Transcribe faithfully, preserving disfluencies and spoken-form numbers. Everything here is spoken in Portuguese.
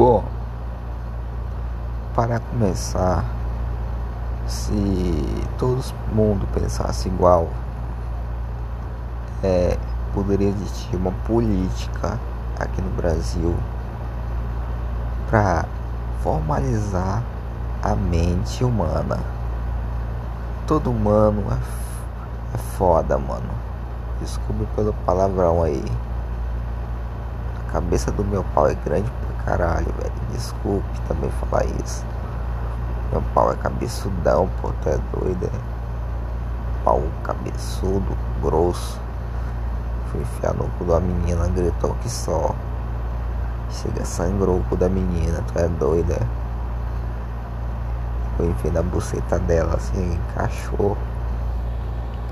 Bom, para começar, se todo mundo pensasse igual, é, poderia existir uma política aqui no Brasil para formalizar a mente humana. Todo humano é, f- é foda, mano. Desculpe pelo palavrão aí. A cabeça do meu pau é grande pra caralho, velho. Desculpe também falar isso. Meu pau é cabeçudão, pô, tu é doido, é? Pau cabeçudo, grosso. Fui enfiar no cu da menina, gritou que só. Chega, sangrou o cu da menina, tu é doido, é? Foi enfiar na buceta dela, assim, encaixou.